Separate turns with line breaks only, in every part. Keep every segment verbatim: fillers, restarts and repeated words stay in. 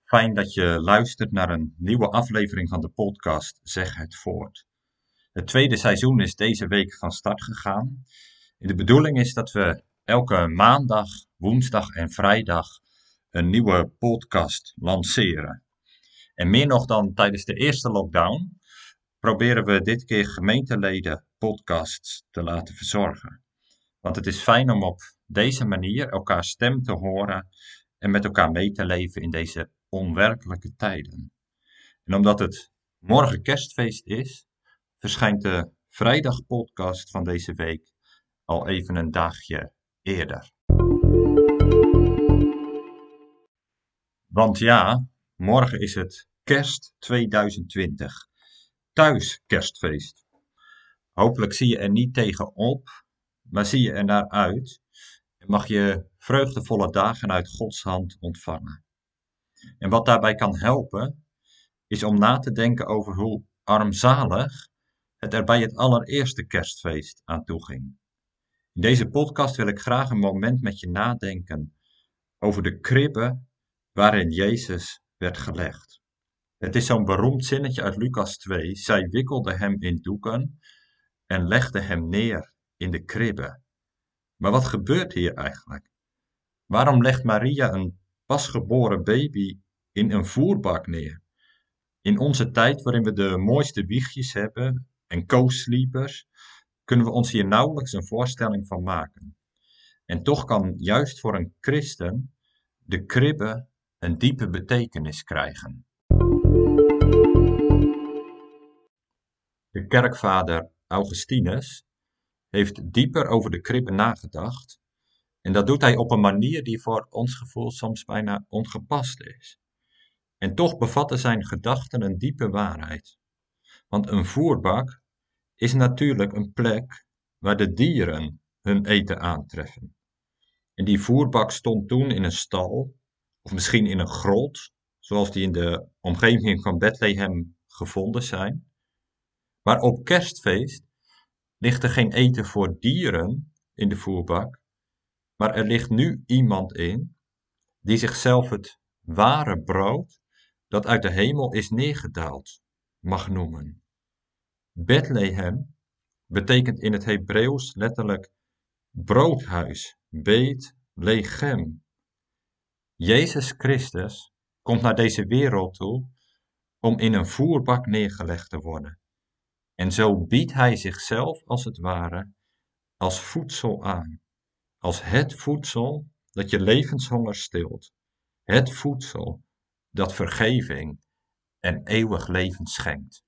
Fijn dat je luistert naar een nieuwe aflevering van de podcast Zeg het voort. Het tweede seizoen is deze week van start gegaan. De bedoeling is dat we elke maandag, woensdag en vrijdag een nieuwe podcast lanceren. En meer nog dan tijdens de eerste lockdown proberen we dit keer gemeenteleden podcasts te laten verzorgen. Want het is fijn om op deze manier elkaars stem te horen en met elkaar mee te leven in deze onwerkelijke tijden. En omdat het morgen kerstfeest is, verschijnt de vrijdagpodcast van deze week al even een dagje eerder. Want ja, morgen is het kerst tweeduizend twintig. Thuis kerstfeest. Hopelijk zie je er niet tegenop, maar zie je er naar uit en mag je vreugdevolle dagen uit Gods hand ontvangen. En wat daarbij kan helpen, is om na te denken over hoe armzalig het er bij het allereerste kerstfeest aan toe ging. In deze podcast wil ik graag een moment met je nadenken over de kribbe waarin Jezus werd gelegd. Het is zo'n beroemd zinnetje uit Lucas twee. Zij wikkelde hem in doeken en legde hem neer in de kribbe. Maar wat gebeurt hier eigenlijk? Waarom legt Maria een pasgeboren baby in een voerbak neer? In onze tijd, waarin we de mooiste wiegjes hebben en co-sleepers, kunnen we ons hier nauwelijks een voorstelling van maken. En toch kan juist voor een christen de kribbe een diepe betekenis krijgen. De kerkvader Augustinus heeft dieper over de kribbe nagedacht. En dat doet hij op een manier die voor ons gevoel soms bijna ongepast is. En toch bevatten zijn gedachten een diepe waarheid. Want een voerbak is natuurlijk een plek waar de dieren hun eten aantreffen. En die voerbak stond toen in een stal, of misschien in een grot, zoals die in de omgeving van Bethlehem gevonden zijn. Maar op kerstfeest ligt er geen eten voor dieren in de voerbak, maar er ligt nu iemand in die zichzelf het ware brood dat uit de hemel is neergedaald mag noemen. Bethlehem betekent in het Hebreeuws letterlijk broodhuis, Beet Lechem. Jezus Christus komt naar deze wereld toe om in een voerbak neergelegd te worden. En zo biedt hij zichzelf als het ware als voedsel aan. Als het voedsel dat je levenshonger stilt. Het voedsel dat vergeving en eeuwig leven schenkt.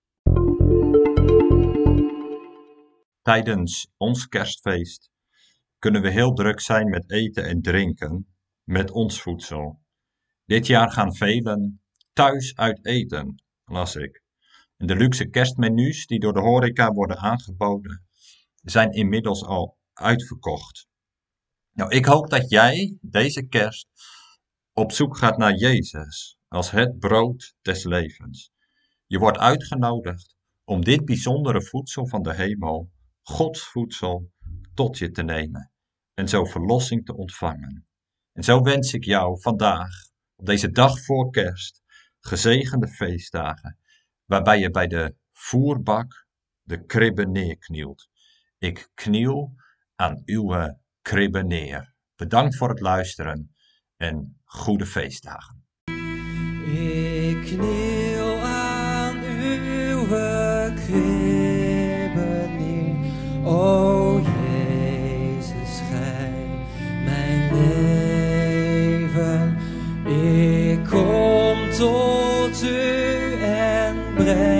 Tijdens ons kerstfeest kunnen we heel druk zijn met eten en drinken, met ons voedsel. Dit jaar gaan velen thuis uit eten, las ik. En de luxe kerstmenu's die door de horeca worden aangeboden, zijn inmiddels al uitverkocht. Nou, ik hoop dat jij deze kerst op zoek gaat naar Jezus als het brood des levens. Je wordt uitgenodigd om dit bijzondere voedsel van de hemel, Gods voedsel, tot je te nemen en zo verlossing te ontvangen. En zo wens ik jou vandaag, op deze dag voor kerst, gezegende feestdagen, waarbij je bij de voerbak de kribbe neerknielt. Ik kniel aan uw kribbe neer. Bedankt voor het luisteren en goede feestdagen.
Ik kniel aan uw kribbe neer, o Jezus, gij mijn leven. Ik kom tot u en breng